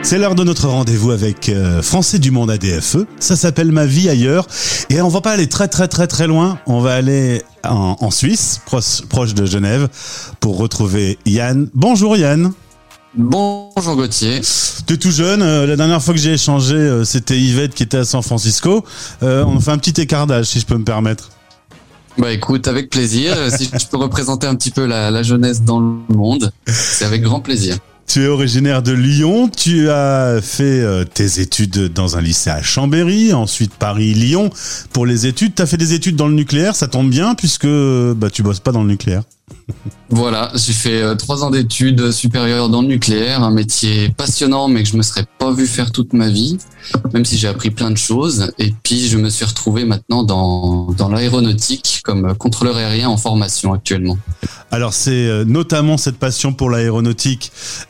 C'est l'heure de notre rendez-vous avec Français du Monde ADFE. Ça s'appelle Ma vie ailleurs. Et on va pas aller très loin. On va aller en Suisse, proche de Genève, pour retrouver Yann. Bonjour Yann. Bonjour Gauthier. T'es tout jeune. La dernière fois que j'ai échangé, c'était Yvette qui était à San Francisco. On fait un petit écartage, si je peux me permettre. Bah écoute, avec plaisir. Si je peux représenter un petit peu la jeunesse dans le monde, c'est avec grand plaisir. Tu es originaire de Lyon, tu as fait tes études dans un lycée à Chambéry, ensuite Paris-Lyon pour les études. Tu as fait des études dans le nucléaire, ça tombe bien puisque tu bosses pas dans le nucléaire. Voilà, j'ai fait 3 ans d'études supérieures dans le nucléaire, un métier passionnant mais que je me serais pas vu faire toute ma vie, même si j'ai appris plein de choses. Et puis je me suis retrouvé maintenant dans l'aéronautique comme contrôleur aérien en formation actuellement. Alors c'est notamment cette passion pour l'aéronautique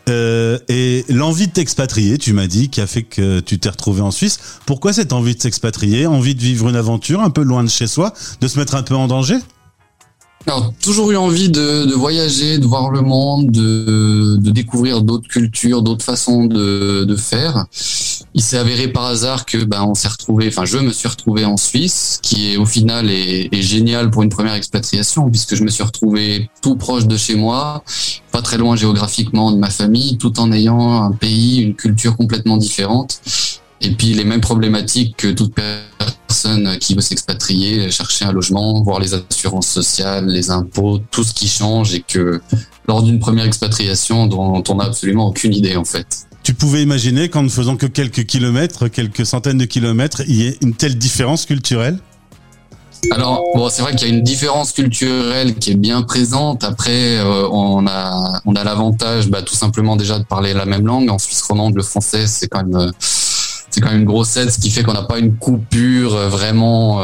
et l'envie de t'expatrier, tu m'as dit, qui a fait que tu t'es retrouvé en Suisse. Pourquoi cette envie de s'expatrier, envie de vivre une aventure un peu loin de chez soi, de se mettre un peu en danger ? Alors, toujours eu envie de voyager, de voir le monde, de découvrir d'autres cultures, d'autres façons de faire. Il s'est avéré par hasard que je me suis retrouvé en Suisse, qui est au final est génial pour une première expatriation, puisque je me suis retrouvé tout proche de chez moi, pas très loin géographiquement de ma famille, tout en ayant un pays, une culture complètement différente. Et puis les mêmes problématiques que toute personne qui veut s'expatrier, chercher un logement, voir les assurances sociales, les impôts, tout ce qui change et que lors d'une première expatriation dont on n'a absolument aucune idée en fait. Tu pouvais imaginer qu'en ne faisant que quelques kilomètres, quelques centaines de kilomètres, il y ait une telle différence culturelle ? Alors, c'est vrai qu'il y a une différence culturelle qui est bien présente. Après, on a l'avantage, tout simplement déjà de parler la même langue. En Suisse romande, le français, c'est quand même une grosse aide, ce qui fait qu'on n'a pas une coupure vraiment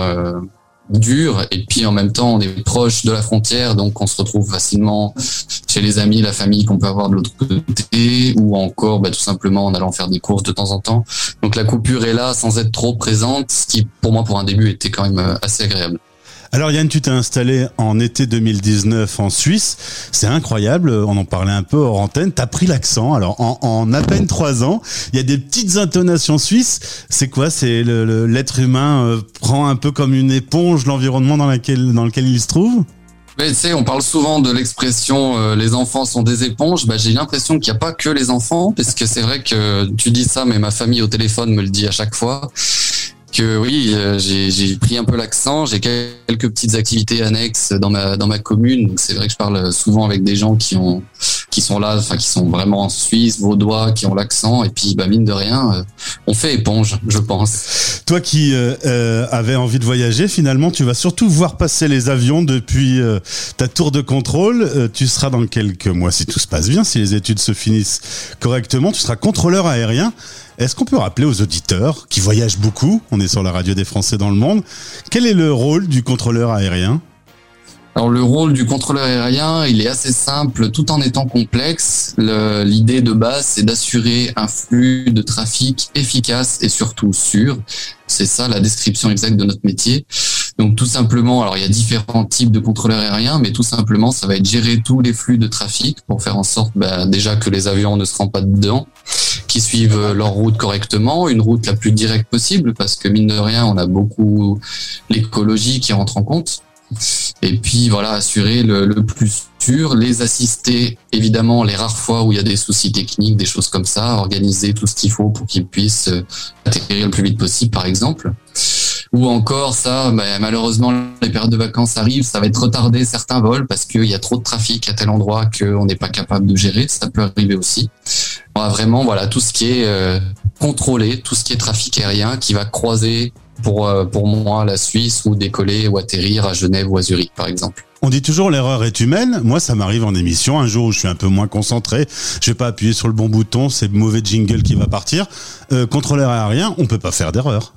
dure. Et puis en même temps, on est proche de la frontière, donc on se retrouve facilement chez les amis, la famille qu'on peut avoir de l'autre côté, ou encore tout simplement en allant faire des courses de temps en temps. Donc la coupure est là sans être trop présente, ce qui pour moi, pour un début, était quand même assez agréable. Alors Yann, tu t'es installé en été 2019 en Suisse. C'est incroyable, on en parlait un peu hors antenne. T'as pris l'accent. Alors en à peine 3 ans, il y a des petites intonations suisses. C'est quoi ? C'est l'être humain prend un peu comme une éponge l'environnement dans lequel il se trouve ? Mais tu sais, on parle souvent de l'expression les enfants sont des éponges. J'ai l'impression qu'il n'y a pas que les enfants, parce que c'est vrai que tu dis ça, mais ma famille au téléphone me le dit à chaque fois. Que oui, j'ai pris un peu l'accent, j'ai quelques petites activités annexes dans ma commune. Donc c'est vrai que je parle souvent avec des gens qui sont là, qui sont vraiment en Suisse, vaudois, qui ont l'accent. Et puis mine de rien, on fait éponge, je pense. Toi qui avais envie de voyager, finalement, tu vas surtout voir passer les avions depuis ta tour de contrôle. Tu seras dans quelques mois, si tout se passe bien, si les études se finissent correctement, tu seras contrôleur aérien. Est-ce qu'on peut rappeler aux auditeurs qui voyagent beaucoup, on est sur la radio des Français dans le monde, quel est le rôle du contrôleur aérien ? Alors le rôle du contrôleur aérien, il est assez simple tout en étant complexe. L'idée de base, c'est d'assurer un flux de trafic efficace et surtout sûr. C'est ça la description exacte de notre métier. Donc tout simplement, alors il y a différents types de contrôleurs aériens, mais tout simplement, ça va être gérer tous les flux de trafic pour faire en sorte déjà que les avions ne se rendent pas dedans, qu'ils suivent leur route correctement, une route la plus directe possible, parce que mine de rien, on a beaucoup l'écologie qui rentre en compte. Et puis assurer le plus sûr, les assister évidemment les rares fois où il y a des soucis techniques, des choses comme ça, organiser tout ce qu'il faut pour qu'ils puissent atterrir le plus vite possible par exemple. Ou encore malheureusement les périodes de vacances arrivent, ça va être retardé certains vols parce qu'il y a trop de trafic à tel endroit qu'on n'est pas capable de gérer, ça peut arriver aussi. On va vraiment tout ce qui est contrôlé, tout ce qui est trafic aérien qui va croiser pour moi la Suisse ou décoller ou atterrir à Genève ou à Zurich par exemple. On dit toujours l'erreur est humaine. Moi, ça m'arrive en émission. Un jour où je suis un peu moins concentré, je vais pas appuyer sur le bon bouton, c'est mauvais jingle qui va partir. Contrôleur aérien, on peut pas faire d'erreur.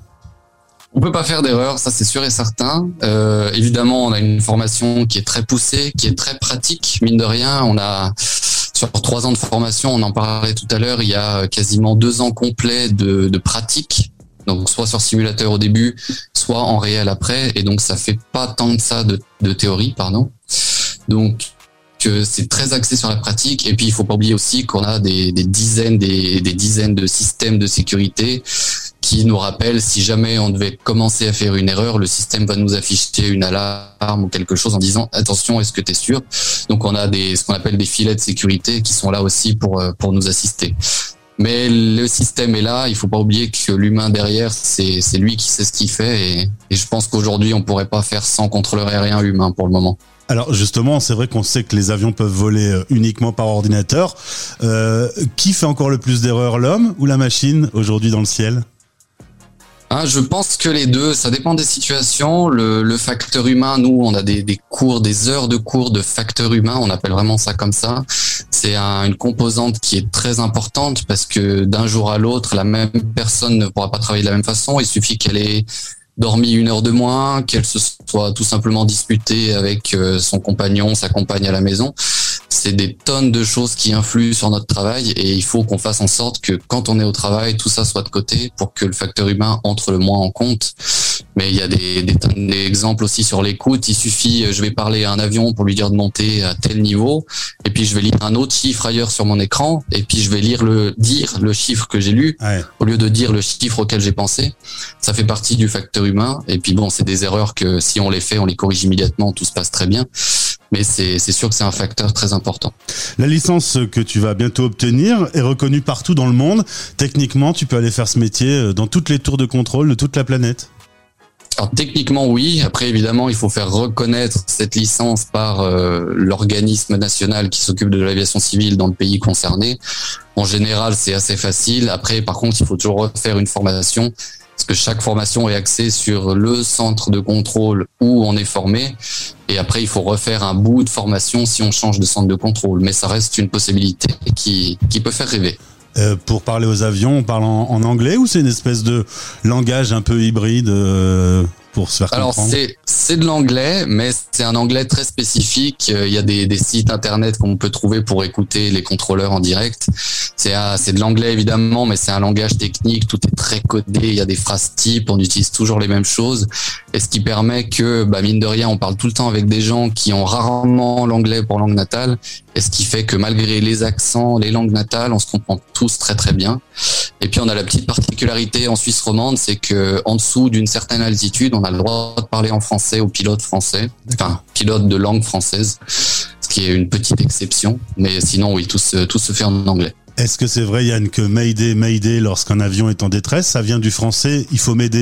On peut pas faire d'erreur, ça c'est sûr et certain. Évidemment, on a une formation qui est très poussée, qui est très pratique. Mine de rien, on a sur 3 ans de formation, on en parlait tout à l'heure, il y a quasiment 2 ans complets de pratique. Donc soit sur simulateur au début, soit en réel après, et donc ça fait pas tant de ça de théorie, pardon. Donc que c'est très axé sur la pratique. Et puis, il faut pas oublier aussi qu'on a des dizaines de systèmes de sécurité qui nous rappellent si jamais on devait commencer à faire une erreur, le système va nous afficher une alarme ou quelque chose en disant attention, est-ce que tu es sûr? Donc, on a ce qu'on appelle des filets de sécurité qui sont là aussi pour nous assister. Mais le système est là, il faut pas oublier que l'humain derrière, c'est lui qui sait ce qu'il fait et je pense qu'aujourd'hui, on pourrait pas faire sans contrôleur aérien humain pour le moment. Alors justement, c'est vrai qu'on sait que les avions peuvent voler uniquement par ordinateur. Qui fait encore le plus d'erreurs, l'homme ou la machine aujourd'hui dans le ciel ? Je pense que les deux, ça dépend des situations. Le facteur humain, nous, on a des heures de cours de facteur humain, on appelle vraiment ça comme ça. C'est une composante qui est très importante parce que d'un jour à l'autre, la même personne ne pourra pas travailler de la même façon. Il suffit qu'elle ait dormi 1 heure de moins, qu'elle se soit tout simplement disputée avec son compagnon, sa compagne à la maison. C'est des tonnes de choses qui influent sur notre travail et il faut qu'on fasse en sorte que quand on est au travail, tout ça soit de côté pour que le facteur humain entre le moins en compte. Mais il y a des tonnes d'exemples aussi sur l'écoute. Il suffit, je vais parler à un avion pour lui dire de monter à tel niveau et puis je vais lire un autre chiffre ailleurs sur mon écran et puis je vais dire le chiffre que j'ai lu au lieu de dire le chiffre auquel j'ai pensé. Ça fait partie du facteur humain et puis bon, c'est des erreurs que si on les fait, on les corrige immédiatement, tout se passe très bien. Mais c'est sûr que c'est un facteur très important. La licence que tu vas bientôt obtenir est reconnue partout dans le monde. Techniquement, tu peux aller faire ce métier dans toutes les tours de contrôle de toute la planète. Alors techniquement oui, après évidemment il faut faire reconnaître cette licence par l'organisme national qui s'occupe de l'aviation civile dans le pays concerné. En général c'est assez facile, après par contre il faut toujours refaire une formation parce que chaque formation est axée sur le centre de contrôle où on est formé et après il faut refaire un bout de formation si on change de centre de contrôle, mais ça reste une possibilité qui peut faire rêver. Pour parler aux avions, on parle en anglais ou c'est une espèce de langage un peu hybride pour se faire comprendre ? Alors c'est de l'anglais, mais c'est un anglais très spécifique. Il y a des sites internet qu'on peut trouver pour écouter les contrôleurs en direct. C'est de l'anglais évidemment, mais c'est un langage technique. Tout est très codé. Il y a des phrases types. On utilise toujours les mêmes choses, et ce qui permet que, mine de rien, on parle tout le temps avec des gens qui ont rarement l'anglais pour langue natale. Et ce qui fait que malgré les accents, les langues natales, on se comprend tous très très bien. Et puis on a la petite particularité en Suisse romande, c'est que en dessous d'une certaine altitude, on a le droit de parler en français aux pilotes français, enfin pilotes de langue française, ce qui est une petite exception. Mais sinon, oui, tout se fait en anglais. Est-ce que c'est vrai, Yann, que Mayday, Mayday, lorsqu'un avion est en détresse, ça vient du français, il faut m'aider ?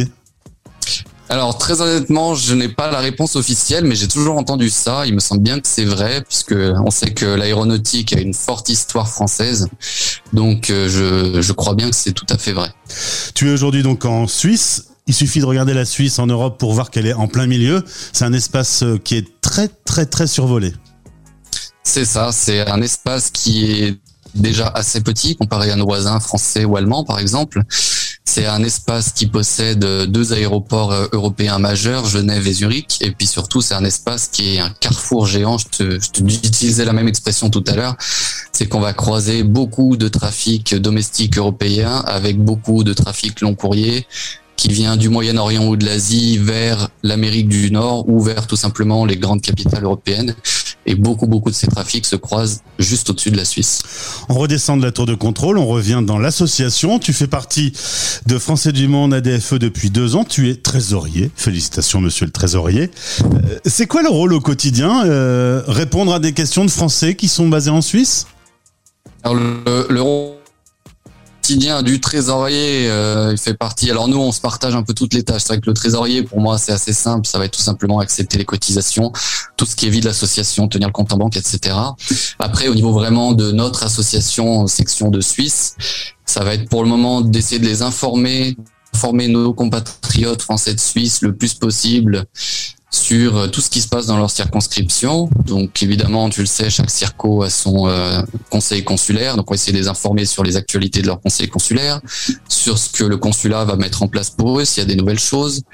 Alors très honnêtement, je n'ai pas la réponse officielle, mais j'ai toujours entendu ça. Il me semble bien que c'est vrai, puisque on sait que l'aéronautique a une forte histoire française. Donc je crois bien que c'est tout à fait vrai. Tu es aujourd'hui donc en Suisse. Il suffit de regarder la Suisse en Europe pour voir qu'elle est en plein milieu. C'est un espace qui est très très très survolé. C'est ça, c'est un espace qui est déjà assez petit comparé à nos voisins français ou allemands par exemple. C'est un espace qui possède 2 aéroports européens majeurs, Genève et Zurich. Et puis surtout, c'est un espace qui est un carrefour géant. J'utilisais la même expression tout à l'heure. C'est qu'on va croiser beaucoup de trafic domestique européen avec beaucoup de trafic long courrier qui vient du Moyen-Orient ou de l'Asie vers l'Amérique du Nord ou vers tout simplement les grandes capitales européennes. Et beaucoup de ces trafics se croisent juste au-dessus de la Suisse. On redescend de la tour de contrôle, on revient dans l'association. Tu fais partie de Français du Monde ADFE depuis 2 ans. Tu es trésorier. Félicitations, monsieur le trésorier. C'est quoi le rôle au quotidien ? Répondre à des questions de Français qui sont basés en Suisse ? Alors le rôle quotidien du trésorier, il fait partie. Alors nous, on se partage un peu toutes les tâches. C'est vrai que le trésorier, pour moi, c'est assez simple. Ça va être tout simplement accepter les cotisations, tout ce qui est vie de l'association, tenir le compte en banque, etc. Après, au niveau vraiment de notre association, section de Suisse, ça va être pour le moment d'essayer de les informer nos compatriotes français de Suisse le plus possible sur tout ce qui se passe dans leur circonscription. Donc évidemment, tu le sais, chaque circo a son conseil consulaire. Donc on va essayer de les informer sur les actualités de leur conseil consulaire, sur ce que le consulat va mettre en place pour eux, s'il y a des nouvelles choses.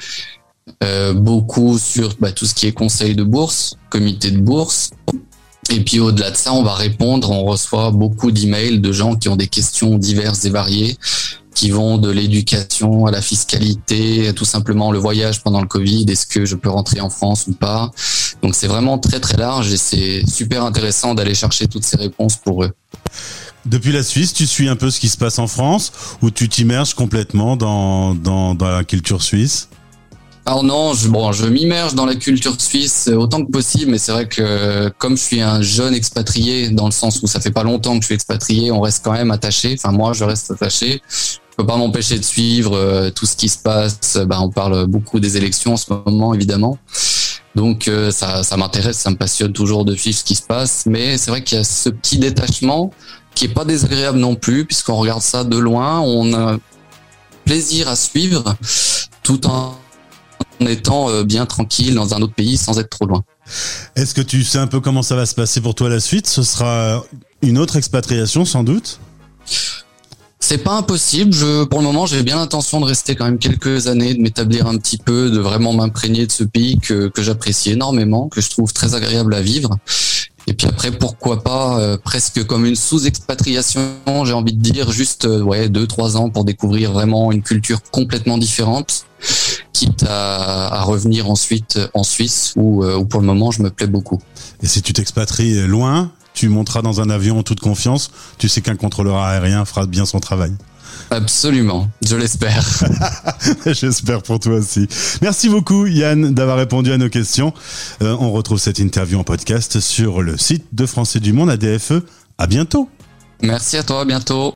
Beaucoup sur tout ce qui est conseil de bourse, comité de bourse. Et puis au-delà de ça, on va répondre. On reçoit beaucoup d'emails de gens qui ont des questions diverses et variées, qui vont de l'éducation à la fiscalité, tout simplement le voyage pendant le Covid, est-ce que je peux rentrer en France ou pas. Donc c'est vraiment très très large et c'est super intéressant d'aller chercher toutes ces réponses pour eux. Depuis la Suisse, tu suis un peu ce qui se passe en France ou tu t'immerges complètement dans la culture suisse ? Alors non, je m'immerge dans la culture suisse autant que possible, mais c'est vrai que comme je suis un jeune expatrié, dans le sens où ça fait pas longtemps que je suis expatrié, on reste quand même attaché. Enfin moi, je reste attaché. Je peux pas m'empêcher de suivre tout ce qui se passe. On parle beaucoup des élections en ce moment, évidemment. Donc ça m'intéresse, ça me passionne toujours de suivre ce qui se passe. Mais c'est vrai qu'il y a ce petit détachement qui est pas désagréable non plus, puisqu'on regarde ça de loin, on a plaisir à suivre, tout en étant bien tranquille dans un autre pays sans être trop loin. Est-ce que tu sais un peu comment ça va se passer pour toi la suite ? Ce sera une autre expatriation sans doute ? C'est pas impossible. Pour le moment, j'ai bien l'intention de rester quand même quelques années, de m'établir un petit peu, de vraiment m'imprégner de ce pays que j'apprécie énormément, que je trouve très agréable à vivre. Et puis après, pourquoi pas presque comme une sous-expatriation, j'ai envie de dire, juste 2-3 ans pour découvrir vraiment une culture complètement différente, quitte à revenir ensuite en Suisse où pour le moment je me plais beaucoup. Et si tu t'expatries loin, tu monteras dans un avion en toute confiance, tu sais qu'un contrôleur aérien fera bien son travail. Absolument, je l'espère. J'espère pour toi aussi. Merci beaucoup Yann d'avoir répondu à nos questions. On retrouve cette interview en podcast sur le site de Français du Monde, ADFE. À bientôt. Merci à toi, à bientôt.